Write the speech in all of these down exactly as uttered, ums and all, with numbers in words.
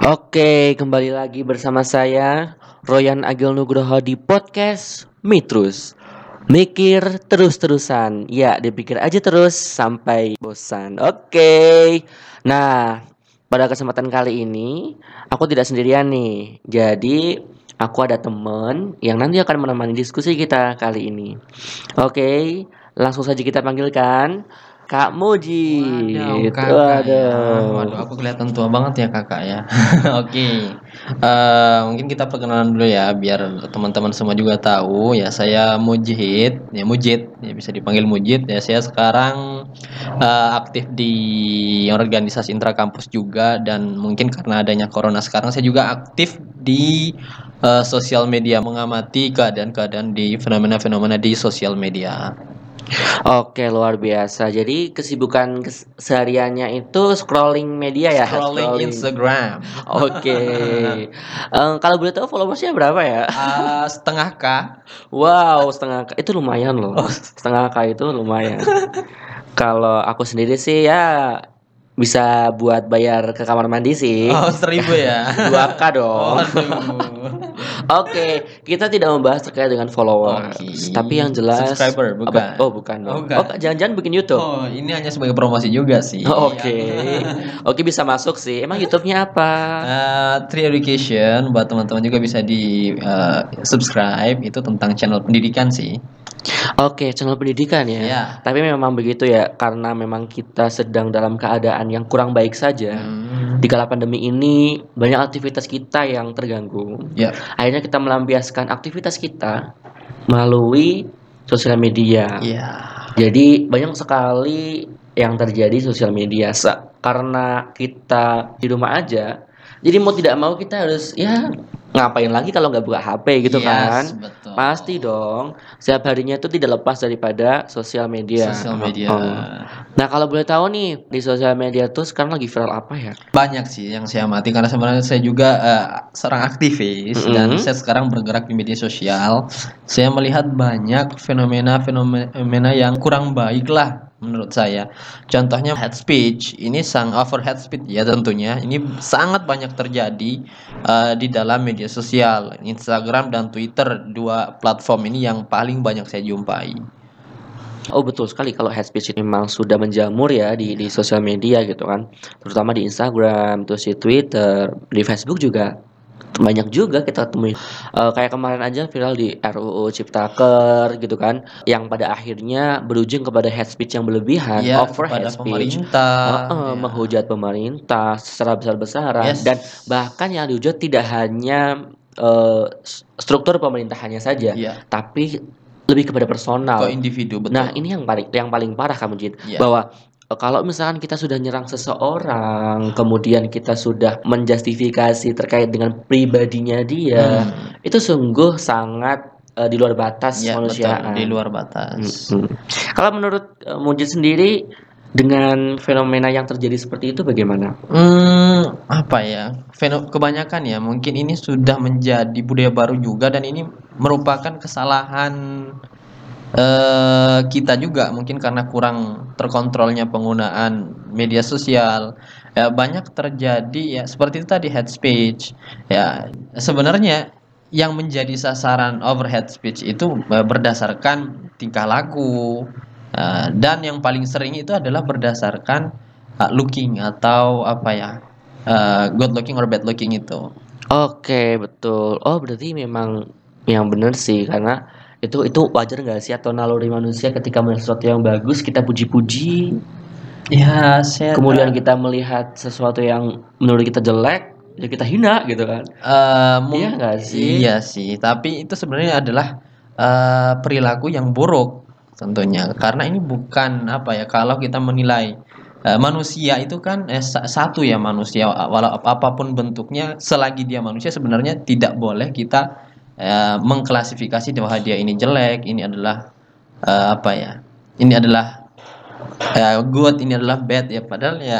Oke, kembali lagi bersama saya Royan Agil Nugroho di podcast Mitrus. Mikir terus-terusan. Ya, dipikir aja terus sampai bosan. Oke. Nah, pada kesempatan kali ini aku tidak sendirian nih. Jadi, aku ada temen yang nanti akan menemani diskusi kita kali ini. Oke, langsung saja kita panggilkan Kak Wadaw, Mujid. Kakak ya. Waduh, Waduh. aku kelihatan tua banget ya, Kakak ya. Oke. Eh, mungkin kita perkenalan dulu ya biar teman-teman semua juga tahu ya. Saya Mujid, ya Mujid, ya bisa dipanggil Mujid ya. Saya sekarang eh, aktif di organisasi intrakampus juga dan mungkin karena adanya corona sekarang saya juga aktif di eh, sosial media mengamati keadaan-keadaan di fenomena-fenomena di sosial media. Oke, luar biasa. Jadi kesibukan kes- sehariannya itu scrolling media ya, Scrolling scrolling. Instagram. Oke. Em, kalau boleh tahu followersnya berapa ya? Ah, setengah K. Wow, setengah K itu lumayan loh. Oh, Setengah K itu lumayan. Kalau aku sendiri sih ya bisa buat bayar ke kamar mandi sih. oh seribu ya. Dua k Oh, dong. aduh. Oke, kita tidak membahas terkait dengan Oke. followers, tapi yang jelas Subscriber apa? bukan? Oh, bukan Oh, dong. Oh, bukan. jangan-jangan bikin YouTube. Oh, ini hanya sebagai promosi juga sih. Oke, Yang oke bisa masuk sih. Emang YouTube-nya apa? eh, Tree Education buat teman-teman juga bisa di eh, subscribe itu tentang channel pendidikan sih. Oke, channel pendidikan ya. Ya. Tapi memang begitu ya, karena memang kita sedang dalam keadaan yang kurang baik saja. Hmm. Di kala pandemi ini banyak aktivitas kita yang terganggu. Ya. Akhirnya kita melampiaskan aktivitas kita melalui sosial media. Ya. Jadi banyak sekali yang terjadi sosial media Sa- karena kita di rumah aja. Jadi mau tidak mau kita harus ya ngapain lagi kalau nggak buka H P gitu Yes, kan? betul. Pasti dong. Setiap harinya itu tidak lepas daripada sosial media. Sosial media. Heeh. Nah kalau boleh tahu nih di sosial media tuh sekarang lagi viral apa ya? Banyak sih yang saya amati karena sebenarnya saya juga eh, seorang aktivis dan Mm-mm. saya sekarang bergerak di media sosial. Saya melihat banyak fenomena-fenomena yang kurang baik lah menurut saya. Contohnya hate speech. Ini sang over hate speech ya tentunya. Ini sangat banyak terjadi eh, di dalam media sosial, Instagram dan Twitter, dua platform ini yang paling banyak saya jumpai. Oh betul sekali kalau hate speech ini memang sudah menjamur ya di di sosial media gitu kan, terutama di Instagram, terus di Twitter, di Facebook juga banyak juga kita temuin. Eh, kayak kemarin aja viral di R U U Ciptaker gitu kan, yang pada akhirnya berujung kepada hate speech yang berlebihan, Ya, over kepada hate speech, pemerintah, Heeh, ya. menghujat pemerintah secara besar-besaran dan Yes. bahkan yang dihujat tidak hanya eh, s- struktur pemerintahannya saja, Ya, tapi lebih kepada ke personal. individu Nah, betul. ini yang paling yang paling parah kamu Jin, Ya. bahwa eh, kalau misalkan kita sudah nyerang seseorang, kemudian kita sudah menjustifikasi terkait dengan pribadinya dia, Hmm, itu sungguh sangat eh, di luar batas ya betul, di kemanusiaan. luar batas. Mm-mm. Kalau menurut eh, Mujid sendiri dengan fenomena yang terjadi seperti itu bagaimana? Hmm, apa ya? Feno kebanyakan ya, mungkin ini sudah menjadi budaya baru juga dan ini merupakan kesalahan eh, kita juga mungkin karena kurang terkontrolnya penggunaan media sosial. Ya, banyak terjadi ya seperti itu tadi hate speech. Ya, sebenarnya yang menjadi sasaran over hate speech itu eh, berdasarkan tingkah laku. Eh, dan yang paling sering itu adalah berdasarkan uh, looking atau apa ya? eh, good looking or bad looking itu. Oke, betul. Oh, berarti memang yang benar sih karena itu itu wajar nggak sih atau naluri manusia ketika melihat sesuatu yang bagus kita puji-puji, Ya, saya kemudian kita melihat sesuatu yang menurut kita jelek, ya kita hina gitu kan. Eee, Iya mung nggak sih? iya sih, tapi itu sebenarnya adalah, eee, perilaku yang buruk tentunya. Karena ini bukan apa ya, kalau kita menilai, eee, manusia itu kan, eh, sa satu ya manusia, walau apapun bentuknya, selagi dia manusia sebenarnya tidak boleh kita, eee, mengklasifikasi bahwa dia ini jelek, ini adalah, eee, apa ya, ini adalah, eee, good, ini adalah bad ya, padahal ya,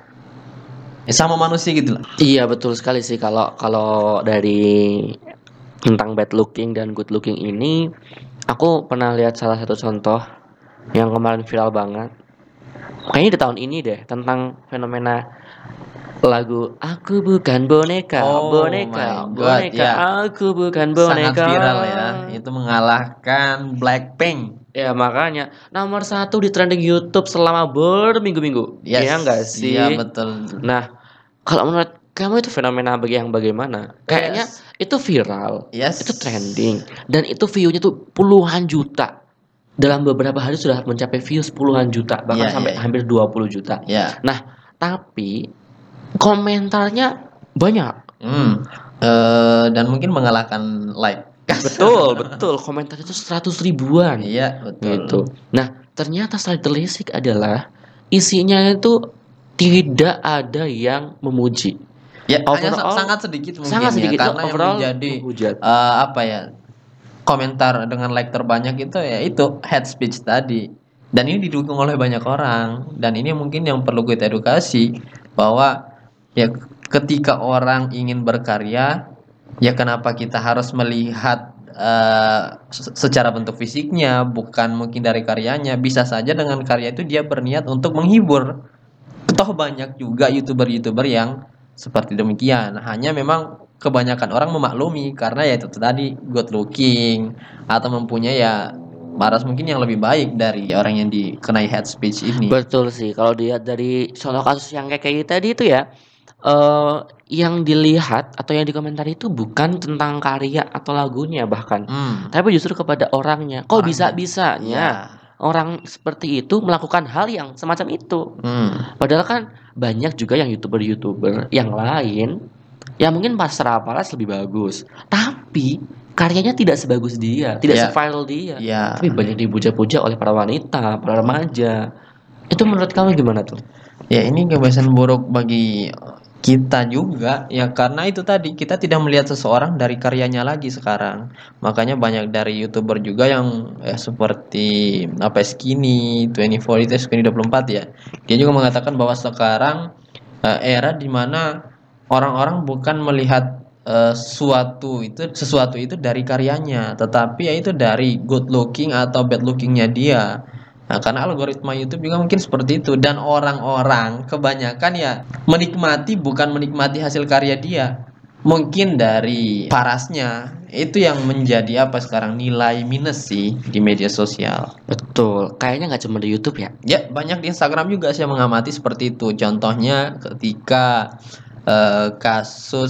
ya sama manusia gitu lah. Iya betul sekali sih kalau kalau dari tentang bad looking dan good looking ini, aku pernah lihat salah satu contoh yang kemarin viral banget. Kayaknya di tahun ini deh tentang fenomena Lagu Aku Bukan Boneka, Oh boneka, my god, boneka, ya aku bukan sangat boneka. viral ya. Itu mengalahkan Blackpink. Ya makanya nomor satu di trending YouTube selama berminggu-minggu. Yes, Ya enggak iya sih? betul. Nah, kalau menurut kamu itu fenomena bagi yang bagaimana? Kayaknya Yes, itu viral, itu yes, trending, dan itu view-nya tuh puluhan juta. Dalam beberapa hari sudah mencapai views puluhan juta, bahkan iya iya sampai iya. hampir dua puluh juta. Ya, Nah, tapi komentarnya banyak. hmm. Eh, dan mungkin mengalahkan like. Betul, betul. Komentarnya itu seratus ribuan Iya betul. gitu. Nah, ternyata setelah ditelisik adalah isinya itu tidak ada yang memuji. Ya hanya sa- Overall sangat sedikit mungkin sangat ya, sedikit itu karena yang overall menjadi menghujat. eh, apa ya, komentar dengan like terbanyak itu ya itu hate speech tadi. Dan ini didukung oleh banyak orang. Dan ini mungkin yang perlu kita edukasi bahwa ya ketika orang ingin berkarya, ya kenapa kita harus melihat eh, se- secara bentuk fisiknya, bukan mungkin dari karyanya. Bisa saja dengan karya itu dia berniat untuk menghibur. Toh banyak juga youtuber-youtuber yang seperti demikian. Hanya memang kebanyakan orang memaklumi karena ya itu tadi good looking atau mempunyai ya paras mungkin yang lebih baik dari orang yang dikenai hate speech ini. Betul sih, kalau dilihat dari contoh kasus yang kayak kayak tadi itu ya, eh yang dilihat atau yang dikomentari itu bukan tentang karya atau lagunya bahkan, Hmm, tapi justru kepada orangnya. Kok orangnya. Iya. bisa-bisanya orang seperti itu melakukan hal yang semacam itu? Hmm. Padahal kan banyak juga yang YouTuber-YouTuber yang lain yang mungkin pasar paras lebih bagus, tapi karyanya tidak sebagus dia, tidak Ya, se-viral dia, ya. tapi banyak dipuja-puja oleh para wanita, para remaja. Itu menurut kamu gimana tuh? Ya ini kebiasaan buruk bagi kita juga ya karena itu tadi kita tidak melihat seseorang dari karyanya lagi sekarang. Makanya banyak dari YouTuber juga yang eh, seperti apa Skinny, dua puluh empat itu Skinny dua puluh empat ya. Dia juga mengatakan bahwa sekarang eh, era di mana orang-orang bukan melihat eh, suatu itu sesuatu itu dari karyanya, tetapi ya itu dari good looking atau bad lookingnya dia. Nah, karena algoritma YouTube juga mungkin seperti itu dan orang-orang kebanyakan ya menikmati bukan menikmati hasil karya dia. Mungkin dari parasnya itu yang menjadi apa sekarang nilai minus sih di media sosial. Betul, kayaknya nggak cuma di YouTube ya. Ya, banyak di Instagram juga saya mengamati seperti itu. Contohnya ketika eh, kasus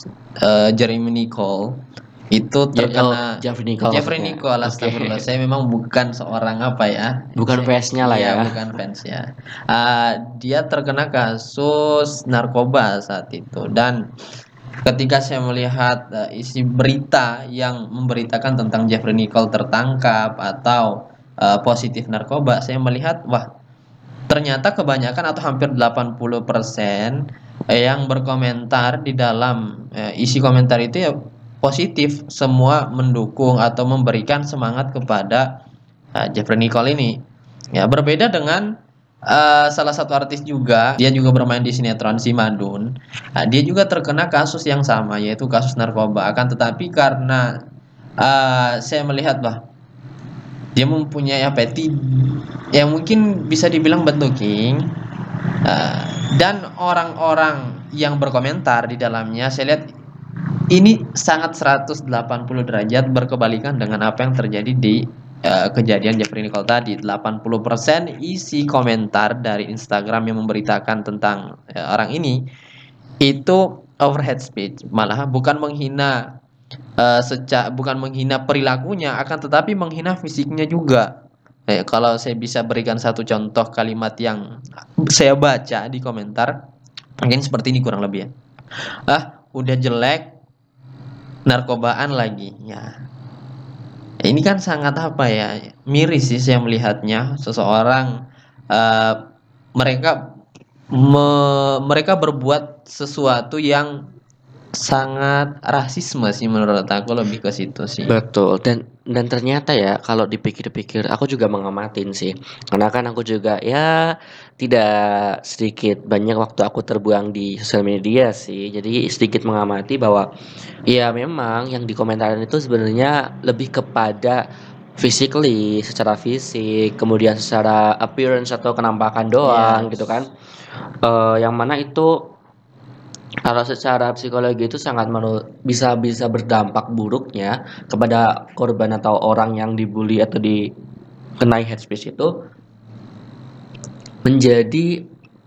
eh, Jeremy Nicole itu Ja- oh, terkena Jeffrey Nicole Jeffrey maksudnya. Nicole, Oke. astagfirullah. Saya memang bukan seorang apa ya. Bukan Saya, fansnya lah iya, ya. bukan fans ya. Ah, dia terkena kasus narkoba saat itu dan ketika saya melihat eh, isi berita yang memberitakan tentang Jeffrey Nicole tertangkap atau eh, positif narkoba, saya melihat wah ternyata kebanyakan atau hampir delapan puluh persen eh, yang berkomentar di dalam eh, isi komentar itu ya positif, semua mendukung atau memberikan semangat kepada eh, Jeffrey Nicole ini. Ya, berbeda dengan eh, salah satu artis juga, dia juga bermain di sinetron Si Madun. Nah, dia juga terkena kasus yang sama yaitu kasus narkoba. Akan tetapi karena eh, saya melihat bah dia mempunyai apa ya, ti- yang mungkin bisa dibilang bad looking eh, dan orang-orang yang berkomentar di dalamnya saya lihat ini sangat seratus delapan puluh derajat berkebalikan dengan apa yang terjadi di eh, kejadian Jeffrey Nicole tadi. delapan puluh persen isi komentar dari Instagram yang memberitakan tentang eh, orang ini itu overhead speech, malah bukan menghina eh, seca bukan menghina perilakunya akan tetapi menghina fisiknya juga. Eh, kalau saya bisa berikan satu contoh kalimat yang saya baca di komentar mungkin seperti ini kurang lebih ya. Ah, udah jelek narkobaan lagi. Ya, ini kan sangat apa ya? Miris sih saya melihatnya seseorang eh, mereka me- mereka berbuat sesuatu yang sangat rasisme sih menurut aku lebih ke situ sih. Betul, dan dan ternyata ya kalau dipikir-pikir aku juga mengamatin sih. Karena kan aku juga ya tidak sedikit banyak waktu aku terbuang di sosial media sih. Jadi sedikit mengamati bahwa ya memang yang dikomentarin itu sebenarnya lebih kepada physically, secara fisik, kemudian secara appearance atau kenampakan Iya. doang gitu kan. Eh, yang mana itu Kalau secara psikologi itu sangat menu- bisa bisa berdampak buruknya kepada korban atau orang yang dibully atau dikenai hate speech itu menjadi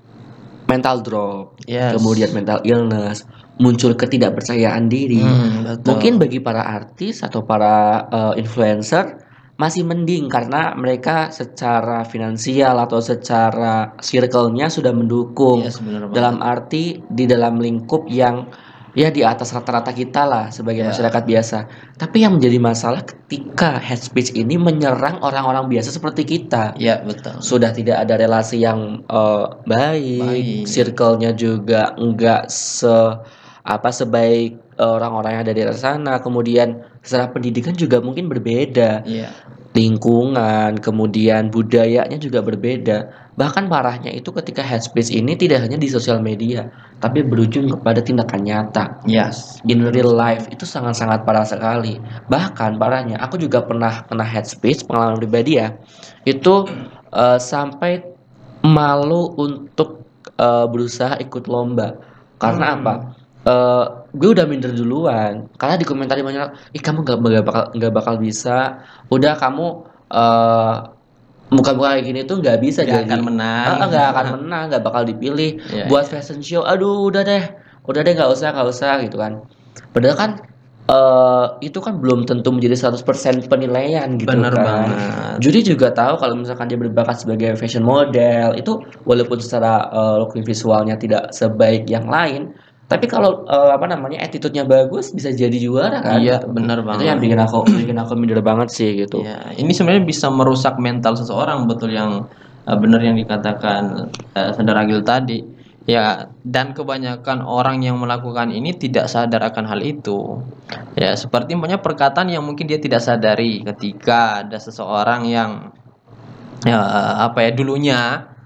mental drop, kemudian Yes. mental illness, muncul ketidakpercayaan diri. Hmm, Mungkin betul. bagi para artis atau para eh, influencer masih mending karena mereka secara finansial atau secara circle-nya sudah mendukung. Yes, benar banget. Dalam arti di dalam lingkup yang ya di atas rata-rata kita lah sebagai masyarakat Ya, biasa. Tapi yang menjadi masalah ketika hate speech ini menyerang orang-orang biasa seperti kita. ya betul. Sudah tidak ada relasi yang eh, baik, Baik. circle-nya juga enggak se apa sebaik eh, orang-orang yang ada di luar sana. Kemudian secara pendidikan juga mungkin berbeda, Iya, lingkungan, kemudian budayanya juga berbeda. Bahkan parahnya itu ketika hate speech ini tidak hanya di sosial media, tapi berujung kepada tindakan nyata. yes, In betul real sekali. life itu sangat-sangat parah sekali. Bahkan parahnya, aku juga pernah kena hate speech, pengalaman pribadi ya. Itu eh, sampai malu untuk eh, berusaha ikut lomba. Karena apa? Hmm, Eh, gue udah minder duluan. Karena di komentar banyak, ih kamu gak, gak bakal nggak bakal bisa. Udah kamu eh muka-muka kayak gini tuh nggak bisa nggak akan jadi. menang. Ah, ah, nggak akan menang, nggak bakal dipilih Iya, buat iya. fashion show. Aduh, udah deh, udah deh nggak usah, nggak usah gitu kan. Padahal kan eh itu kan belum tentu menjadi seratus persen penilaian gitu Bener kan. banget. Juri juga tahu kalau misalkan dia berbakat sebagai fashion model itu walaupun secara eh, look visualnya tidak sebaik yang lain, tapi kalau eh, apa namanya attitude-nya bagus bisa jadi juara kan Iya, gitu. bener Itu yang banget. bikin aku bikin aku minder banget sih gitu. Ya, ini sebenarnya bisa merusak mental seseorang, betul yang eh, benar yang dikatakan eh, Saudara Agil tadi. Ya, dan kebanyakan orang yang melakukan ini tidak sadar akan hal itu. Ya, seperti punya perkataan yang mungkin dia tidak sadari ketika ada seseorang yang ya, apa ya dulunya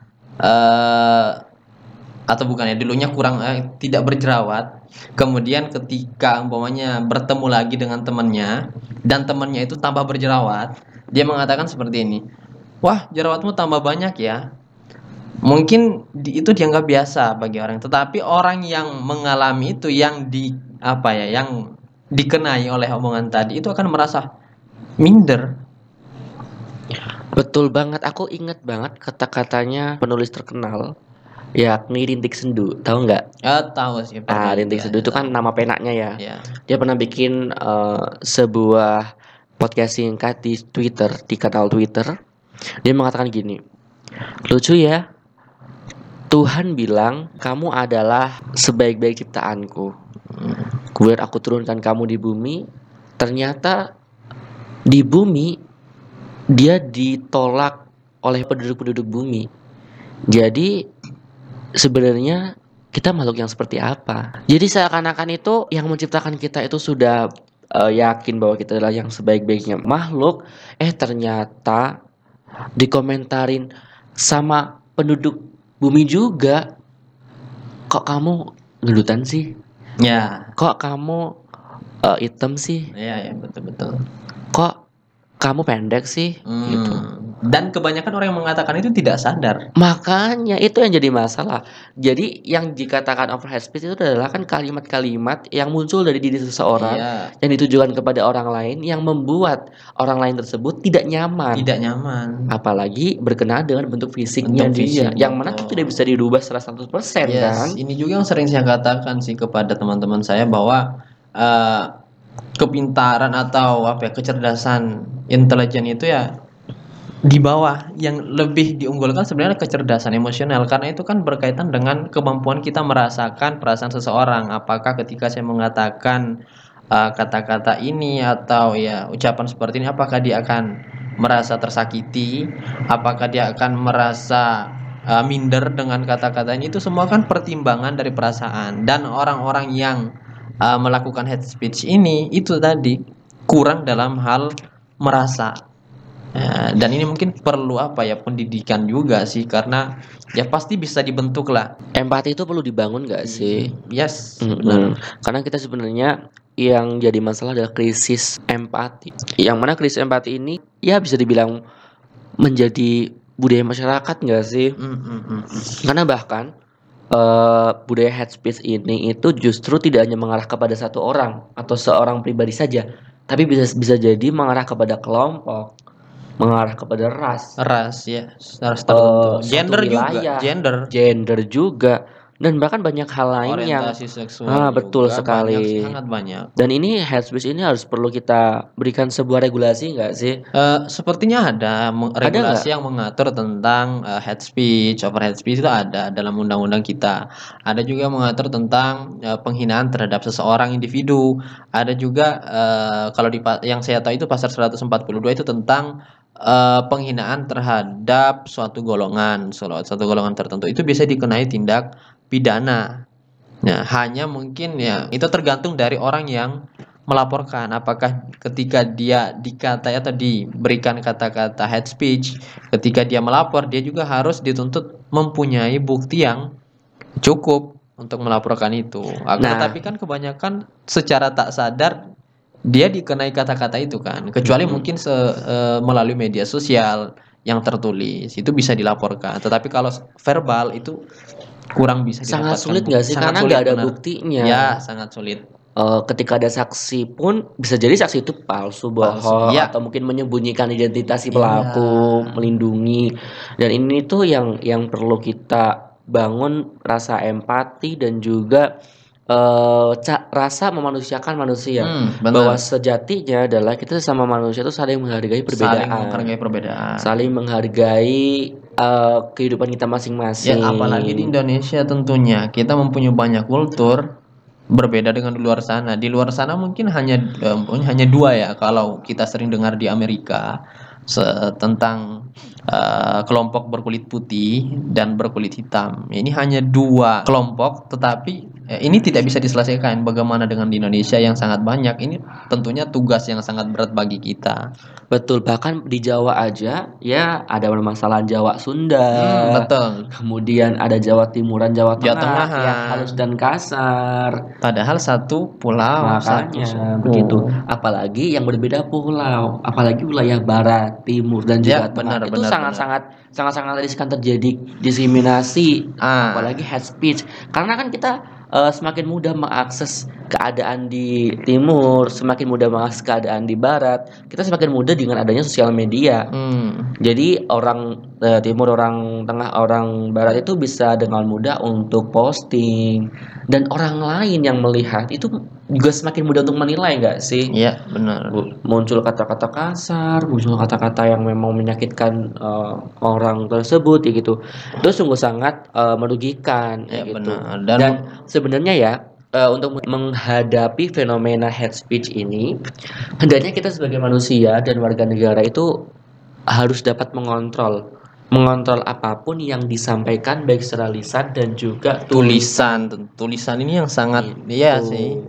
eh atau bukan ya dulunya kurang eh, tidak berjerawat, kemudian ketika umpamanya bertemu lagi dengan temannya dan temannya itu tambah berjerawat, dia mengatakan seperti ini, wah jerawatmu tambah banyak ya. Mungkin di- itu dianggap biasa bagi orang, tetapi orang yang mengalami itu yang di apa ya yang dikenai oleh omongan tadi itu akan merasa minder. Betul banget, aku inget banget kata-katanya penulis terkenal yakni Rintik Sendu, tahu nggak? Ya tahu sih Ah, pernah Rintik juga Sendu ya itu kan tahu. nama penaknya ya. Ya. Dia pernah bikin eh, sebuah podcast singkat di Twitter, di kanal Twitter. Dia mengatakan gini, lucu ya, Tuhan bilang kamu adalah sebaik-baik ciptaanku. Kemudian aku turunkan kamu di bumi. Ternyata di bumi dia ditolak oleh penduduk-penduduk bumi. Jadi sebenarnya kita makhluk yang seperti apa? Jadi seakan-akan itu yang menciptakan kita itu sudah eh, yakin bahwa kita adalah yang sebaik-baiknya makhluk, eh ternyata dikomentarin sama penduduk bumi juga, kok kamu gelutan sih? Ya, Kok kamu eh, hitam sih? ya, ya betul betul. Kok kamu pendek sih? Gitu. Hmm. Dan kebanyakan orang yang mengatakan itu tidak sadar. Makanya itu yang jadi masalah. Jadi yang dikatakan over hate speech itu adalah kan kalimat-kalimat yang muncul dari diri seseorang Iya, yang ditujukan kepada orang lain yang membuat orang lain tersebut tidak nyaman. tidak nyaman. Apalagi berkenaan dengan bentuk fisiknya Bentuk dia, fisik, yang mana itu betul. tidak bisa dirubah secara seratus persen kan? Yes, ini juga yang sering saya katakan sih kepada teman-teman saya bahwa eh, kepintaran atau apa ya kecerdasan intelijen itu ya di bawah, yang lebih diunggulkan sebenarnya kecerdasan emosional karena itu kan berkaitan dengan kemampuan kita merasakan perasaan seseorang. Apakah ketika saya mengatakan uh, kata-kata ini atau ya ucapan seperti ini, apakah dia akan merasa tersakiti, apakah dia akan merasa uh, minder dengan kata-kata ini, itu semua kan pertimbangan dari perasaan. Dan orang-orang yang uh, melakukan hate speech ini itu tadi kurang dalam hal merasa. Ya, dan ini mungkin perlu apa ya pendidikan juga sih karena ya pasti bisa dibentuk lah. Empati itu perlu dibangun gak sih? Yes, Mm-mm. benar. Karena kita sebenarnya yang jadi masalah adalah krisis empati. Yang mana krisis empati ini ya bisa dibilang menjadi budaya masyarakat nggak sih? Mm, mm, mm, mm. Karena bahkan eh, budaya hate speech ini itu justru tidak hanya mengarah kepada satu orang atau seorang pribadi saja, tapi bisa bisa jadi mengarah kepada kelompok, mengarah kepada ras, Ras ya, ras eh, tertentu. suatu Gender juga, wilayah, gender, gender juga, dan bahkan banyak hal lain yang orientasi seksual ah, betul juga banyak, sekali. sangat banyak. Dan ini hate speech ini harus perlu kita berikan sebuah regulasi nggak sih? Eh, sepertinya ada me- Ada nggak? regulasi yang mengatur tentang eh, hate speech, over hate speech itu ada dalam undang-undang kita. Ada juga mengatur tentang eh, penghinaan terhadap seseorang individu. Ada juga eh, kalau di pa- yang saya tahu itu pasal seratus empat puluh dua itu tentang eh, penghinaan terhadap suatu golongan, suatu suatu golongan tertentu itu bisa dikenai tindak pidana. Nah, hanya mungkin ya itu tergantung dari orang yang melaporkan. Apakah ketika dia dikatai atau diberikan kata-kata hate speech, ketika dia melapor, dia juga harus dituntut mempunyai bukti yang cukup untuk melaporkan itu. Akan Nah, tetapi kan kebanyakan secara tak sadar dia dikenai kata-kata itu kan. Kecuali mm-mm. mungkin se, eh, melalui media sosial yang tertulis itu bisa dilaporkan. Tetapi kalau verbal itu kurang bisa Sangat didapatkan sulit nggak bukti. sih Sangat karena nggak sulit ada benar. buktinya. Ya, sangat sulit. Eh, ketika ada saksi pun bisa jadi saksi itu palsu, Palsu. bohong, Iya. atau mungkin menyembunyikan identitas si Iya. pelaku, melindungi. Dan ini tuh yang yang perlu kita bangun rasa empati dan juga eh, ca- rasa memanusiakan manusia. Hmm, Bahwa benar. sejatinya adalah kita sama manusia itu saling menghargai Saling perbedaan, menghargai perbedaan. saling menghargai eh, kehidupan kita Ya, masing-masing. apalagi di Indonesia tentunya kita mempunyai banyak kultur berbeda dengan di luar sana. Di luar sana mungkin hanya em, hanya dua ya kalau kita sering dengar di Amerika se- tentang eh, kelompok berkulit putih dan berkulit hitam. Ini hanya dua kelompok, tetapi eh, ini tidak bisa diselesaikan. Bagaimana dengan di Indonesia yang sangat banyak? Ini tentunya tugas yang sangat berat bagi kita. Betul, bahkan di Jawa aja ya ada permasalahan Jawa Sunda, Hmm, betul. kemudian ada Jawa Timuran, Jawa Jawa Tengah yang Tengahan. halus dan kasar. Padahal satu pulau, satu Makanya suku. begitu. Apalagi yang berbeda pulau, apalagi wilayah barat, timur dan Ya, juga tengah. benar, Itu benar, benar. sangat-sangat sangat-sangat riskan terjadi diskriminasi, Ah, apalagi hate speech. Karena kan kita eh, semakin mudah mengakses keadaan di timur, semakin mudah mengakses keadaan di barat. Kita semakin mudah dengan adanya sosial media. hmm, Jadi orang eh, timur, orang tengah, orang barat itu bisa dengan mudah untuk posting, dan orang lain yang melihat itu juga semakin mudah untuk menilai nggak sih? ya benar. Bu- Muncul kata-kata kasar, muncul kata-kata yang memang menyakitkan eh, orang tersebut ya gitu. Itu sungguh sangat eh, merugikan Ya ya gitu. benar. Dan, Dan sebenarnya ya eh, untuk menghadapi fenomena hate speech ini, hendaknya kita sebagai manusia dan warga negara itu harus dapat mengontrol mengontrol apapun yang disampaikan baik secara lisan dan juga tulisan. tulisan, tulisan ini yang sangat, Gitu. iya sih,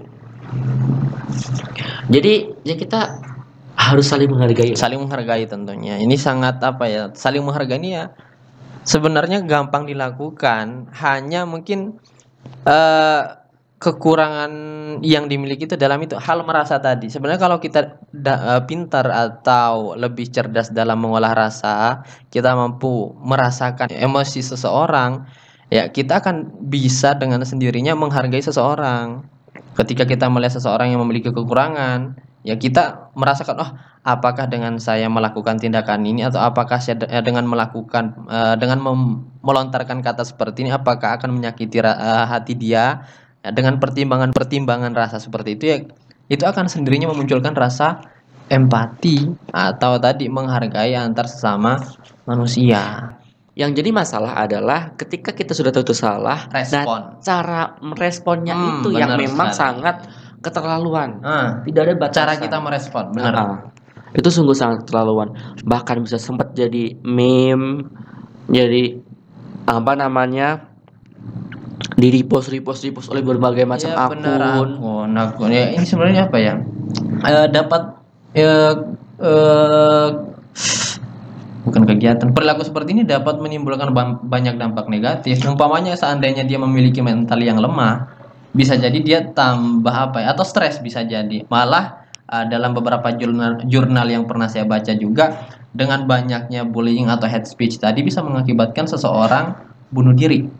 Jadi ya kita harus saling menghargai. saling menghargai tentunya. Ini sangat apa ya? Saling menghargai ini ya sebenarnya gampang dilakukan, hanya mungkin eh, kekurangan yang dimiliki itu dalam itu hal merasa tadi. Sebenarnya kalau kita da- eh, pintar atau lebih cerdas dalam mengolah rasa, kita mampu merasakan emosi seseorang, ya kita akan bisa dengan sendirinya menghargai seseorang. Ketika kita melihat seseorang yang memiliki kekurangan, ya kita merasakan, oh, apakah dengan saya melakukan tindakan ini atau apakah saya de- eh, dengan melakukan eh, dengan mem- melontarkan kata seperti ini apakah akan menyakiti ra- eh, hati dia. Ya, dengan pertimbangan-pertimbangan rasa seperti itu ya itu akan sendirinya memunculkan rasa empati atau tadi menghargai antar sesama manusia. Yang jadi masalah adalah ketika kita sudah tahu itu salah, nah Respon. cara meresponnya Hmm, itu yang benar memang sekali. sangat keterlaluan. Ah, Tidak ada batasan. cara kita merespon, benar. Nah, itu sungguh sangat keterlaluan. Bahkan bisa sempat jadi meme, jadi apa namanya, di repost repost repost oleh berbagai macam Ya, benar, akun. akun, akun. Ya, ini sebenarnya apa ya? Eh, dapat eh, eh, bukan kegiatan perilaku seperti ini dapat menimbulkan bam- banyak dampak negatif. Umpamanya seandainya dia memiliki mental yang lemah, bisa jadi dia tambah apa ya? Atau stres bisa jadi. Malah eh, dalam beberapa jurnal jurnal yang pernah saya baca juga dengan banyaknya bullying atau hate speech tadi bisa mengakibatkan seseorang bunuh diri.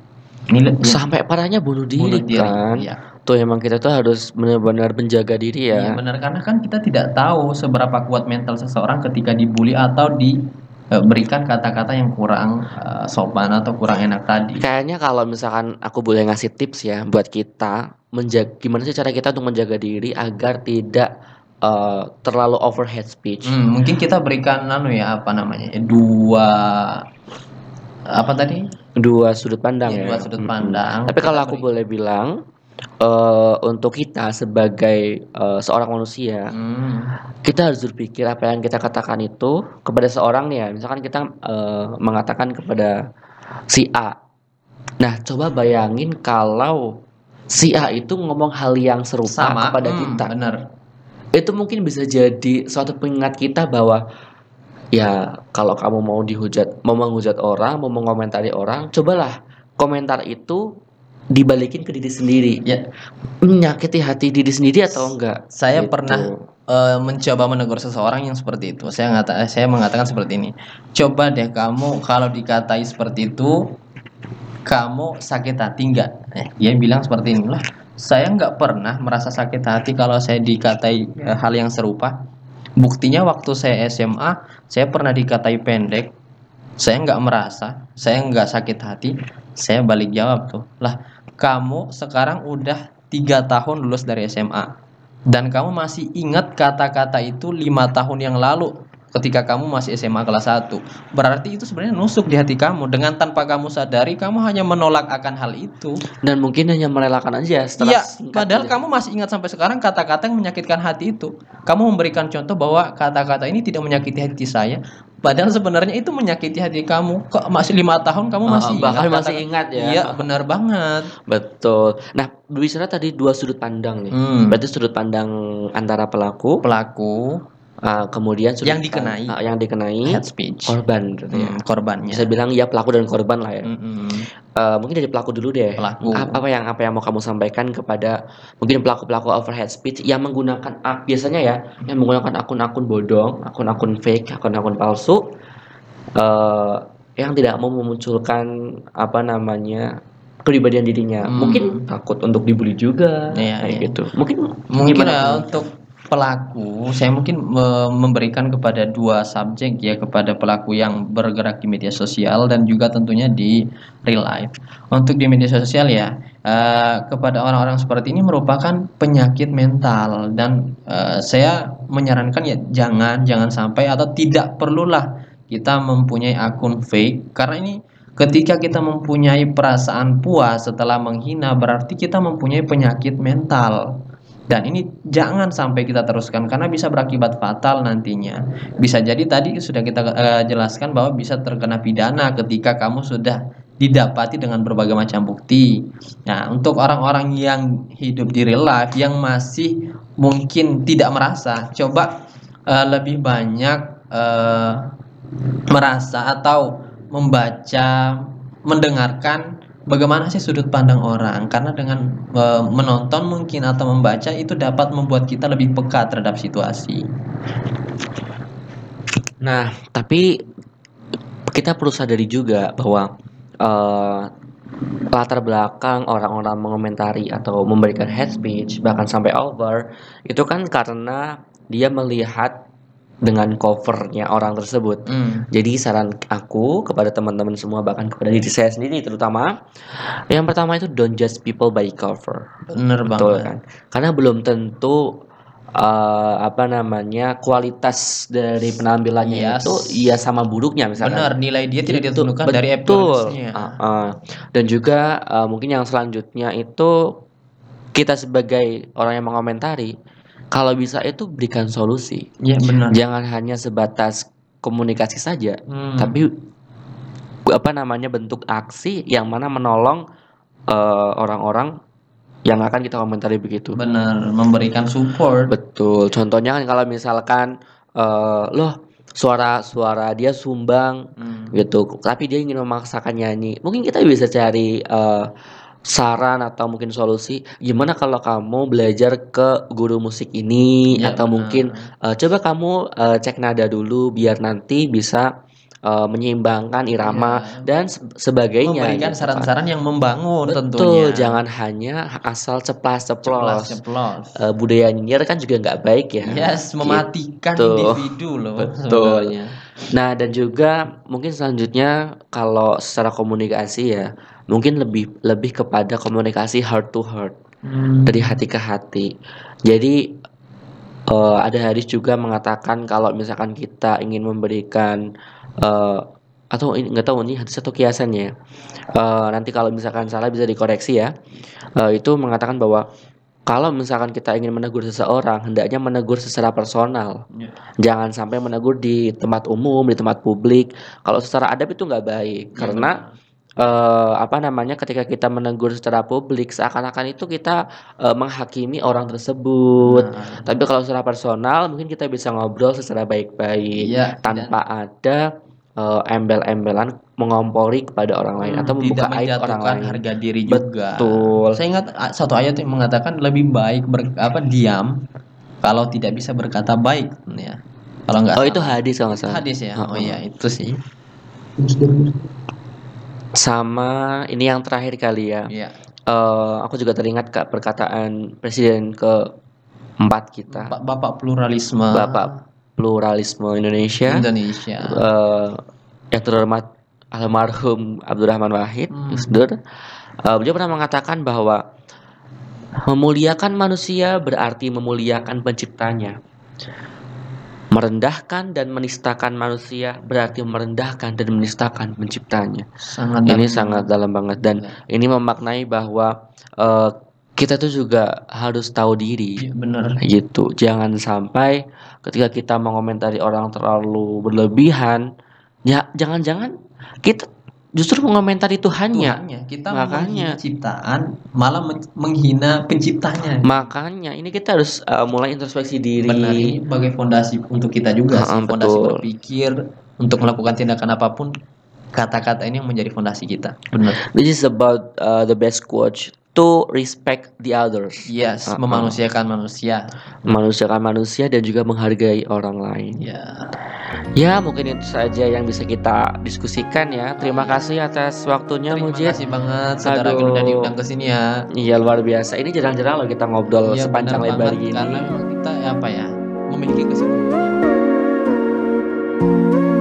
Nilai ya, Sampai parahnya bunuh bunuh diri diri. kan. Iya. Tuh emang kita tuh harus benar-benar menjaga diri Iya ya. benar, karena kan kita tidak tahu seberapa kuat mental seseorang ketika dibully atau diberikan kata-kata yang kurang eh, sopan atau kurang enak tadi. Kayaknya kalau misalkan aku boleh ngasih tips ya buat kita menjaga, gimana sih cara kita untuk menjaga diri agar tidak eh, terlalu overhead speech. Hmm, mungkin kita berikan anu ya apa namanya dua apa tadi? Dua sudut pandang Ya, ya. dua sudut Mm-mm. pandang. Tapi kalau Kita aku beri- boleh bilang eh, untuk kita sebagai eh, seorang manusia, Hmm, kita harus berpikir apa yang kita katakan itu kepada seorang nih ya. Misalkan kita eh, mengatakan kepada si A. Nah, coba bayangin kalau si A itu ngomong hal yang serupa sama. kepada Hmm, kita. benar. Itu mungkin bisa jadi suatu pengingat kita bahwa ya kalau kamu mau dihujat, mau menghujat orang, mau mengomentari orang, cobalah komentar itu dibalikin ke diri sendiri. Ya, Menyakiti hati diri sendiri atau enggak? saya Gitu. pernah eh, mencoba menegur seseorang yang seperti itu. Saya ngata, saya mengatakan seperti ini. Coba deh kamu kalau dikatai seperti itu, kamu sakit hati nggak? Eh, dia bilang seperti ini lah. Saya nggak pernah merasa sakit hati kalau saya dikatai eh, hal yang serupa. Buktinya waktu saya S M A, saya pernah dikatai pendek. Saya nggak merasa, saya nggak sakit hati. Saya balik jawab tuh, lah kamu sekarang udah tiga tahun lulus dari S M A dan kamu masih ingat kata-kata itu lima tahun yang lalu ketika kamu masih S M A kelas satu. Berarti itu sebenarnya nusuk di hati kamu. Dengan tanpa kamu sadari, kamu hanya menolak akan hal itu. Dan mungkin hanya merelakan aja setelah Iya, singkat padahal aja. kamu masih ingat sampai sekarang kata-kata yang menyakitkan hati itu. Kamu memberikan contoh bahwa kata-kata ini tidak menyakiti hati saya. Padahal sebenarnya itu menyakiti hati kamu. Kok masih lima tahun kamu Ah, masih bahkan ingat masih kata- ingat ya. Iya, benar banget. Betul. Nah, berbicara tadi dua sudut pandang nih. Hmm. Berarti sudut pandang antara pelaku, Pelaku ah, kemudian sudut Yang dikenai. pan- ah, yang dikenai head speech. korban gitu ya. Hmm, korbannya. Bisa bilang ya pelaku dan korban lah ya. Mm-mm. Eh, mungkin dari pelaku dulu deh. Pelaku. Apa, apa yang apa yang mau kamu sampaikan kepada mungkin pelaku-pelaku overhead speech yang menggunakan ak- biasanya ya, yang menggunakan akun-akun bodong, akun-akun fake, akun-akun palsu, eh, yang tidak mau memunculkan apa namanya kepribadian dirinya. Hmm. Mungkin takut untuk dibully juga, Iya, kayak iya. gitu. Mungkin Mungkin gimana ya tuh? untuk pelaku, saya mungkin me- memberikan kepada dua subjek ya, kepada pelaku yang bergerak di media sosial dan juga tentunya di real life. Untuk di media sosial ya, eh, kepada orang-orang seperti ini merupakan penyakit mental dan eh, saya menyarankan ya jangan jangan sampai atau tidak perlulah kita mempunyai akun fake, karena ini ketika kita mempunyai perasaan puas setelah menghina berarti kita mempunyai penyakit mental. Dan ini jangan sampai kita teruskan karena bisa berakibat fatal nantinya. Bisa jadi tadi sudah kita eh, jelaskan bahwa bisa terkena pidana ketika kamu sudah didapati dengan berbagai macam bukti. Nah, untuk orang-orang yang hidup di real life yang masih mungkin tidak merasa, coba eh, lebih banyak eh, merasa atau membaca, mendengarkan bagaimana sih sudut pandang orang, karena dengan e, menonton mungkin atau membaca itu dapat membuat kita lebih peka terhadap situasi. Nah, tapi kita perlu sadari juga bahwa eh, latar belakang orang-orang mengomentari atau memberikan head speech bahkan sampai over itu kan karena dia melihat dengan covernya orang tersebut. Hmm. Jadi saran aku kepada teman-teman semua bahkan kepada diri saya sendiri terutama, yang pertama itu don't judge people by cover. Bener Betul banget. kan? Karena belum tentu eh, apa namanya kualitas dari penampilannya Yes. itu iya sama buruknya misalkan. Benar, nilai dia tidak Itu ditentukan dari betul. appearance-nya. Ah, ah. Dan juga eh, mungkin yang selanjutnya itu kita sebagai orang yang mengomentari, kalau bisa itu berikan solusi. Iya benar. Jangan hanya sebatas komunikasi saja, Hmm. tapi apa namanya bentuk aksi yang mana menolong eh, orang-orang yang akan kita komentari begitu. Benar, memberikan support. Betul. Contohnya kan kalau misalkan eh, loh suara-suara dia sumbang Hmm. gitu, tapi dia ingin memaksakan nyanyi, mungkin kita bisa cari eh, saran atau mungkin solusi. Gimana kalau kamu belajar ke guru musik ini Ya, atau benar. mungkin eh, coba kamu eh, cek nada dulu biar nanti bisa uh, menyeimbangkan irama Iya. dan se- sebagainya Memberikan gitu kan. saran-saran yang membangun Betul, tentunya. jangan hanya asal ceplas-ceplos. Ceplas-ceplos. Uh, budaya nyinyir kan juga nggak baik ya. Yes, mematikan Gitu. individu loh Betul. sebenarnya. Nah, dan juga mungkin selanjutnya kalau secara komunikasi ya, mungkin lebih lebih kepada komunikasi heart to heart, Hmm. dari hati ke hati. Jadi eh, ada hadis juga mengatakan kalau misalkan kita ingin memberikan eh, atau ini nggak tahu ini hadis atau kiasannya ya. Eh, nanti kalau misalkan salah bisa dikoreksi ya. Eh, itu mengatakan bahwa kalau misalkan kita ingin menegur seseorang, hendaknya menegur secara personal. Ya. Jangan sampai menegur di tempat umum, di tempat publik. Kalau secara adab itu nggak baik, Ya, karena eh, apa namanya, ketika kita menegur secara publik, seakan-akan itu kita eh, menghakimi orang tersebut. Nah, Tapi kalau secara personal, mungkin kita bisa ngobrol secara baik-baik, iya, tanpa ada eh, embel-embelan mengompori kepada orang lain Hmm, atau membuka tidak aib orang menjatuhkan lain. harga diri juga. Betul. Saya ingat a- satu ayat yang mengatakan lebih baik ber, apa diam kalau tidak bisa berkata baik, ya. Kalau nggak Oh, salah. itu hadis kalau nggak salah. Hadis ya. Oh Heeh. iya, itu sih. Sama ini yang terakhir kali ya. Iya. Eh, aku juga teringat Kak perkataan presiden keempat kita, Bapak, Bapak pluralisme Bapak pluralisme Indonesia, Indonesia. eh, yang terhormat almarhum Abdurrahman Wahid Hmm. Gus Dur. Eh, beliau pernah mengatakan bahwa memuliakan manusia berarti memuliakan penciptanya. Merendahkan dan menistakan manusia berarti merendahkan dan menistakan penciptanya. Sangat Ini dalam. sangat dalam banget, dan Ya. ini memaknai bahwa eh, kita tuh juga harus tahu diri. Iya, benar. Gitu. Jangan sampai ketika kita mengomentari orang terlalu berlebihan, ya jangan-jangan kita justru mengomentari Tuhannya. Tuhannya, kita Makanya. menghina ciptaan malah men- menghina penciptanya. Makanya ini kita harus eh, mulai introspeksi diri. Benar, ini sebagai fondasi untuk kita juga sih, Ha-ha, fondasi betul. berpikir untuk melakukan tindakan apapun, kata-kata ini yang menjadi fondasi kita. Benar. This is about uh, the best quote to respect the others. Yes, Ha-ha. memanusiakan manusia. Memanusiakan manusia dan juga menghargai orang lain. Ya. Ya, mungkin itu saja yang bisa kita diskusikan ya. Terima kasih atas waktunya, Terima Mujid. kasih banget saudara Aduh. Agil udah diundang ke sini ya. Iya, luar biasa. Ini jarang-jarang loh kita ngobrol Iya, sepanjang benar lebar banget, gini. karena memang kita apa ya memiliki kesimpulan.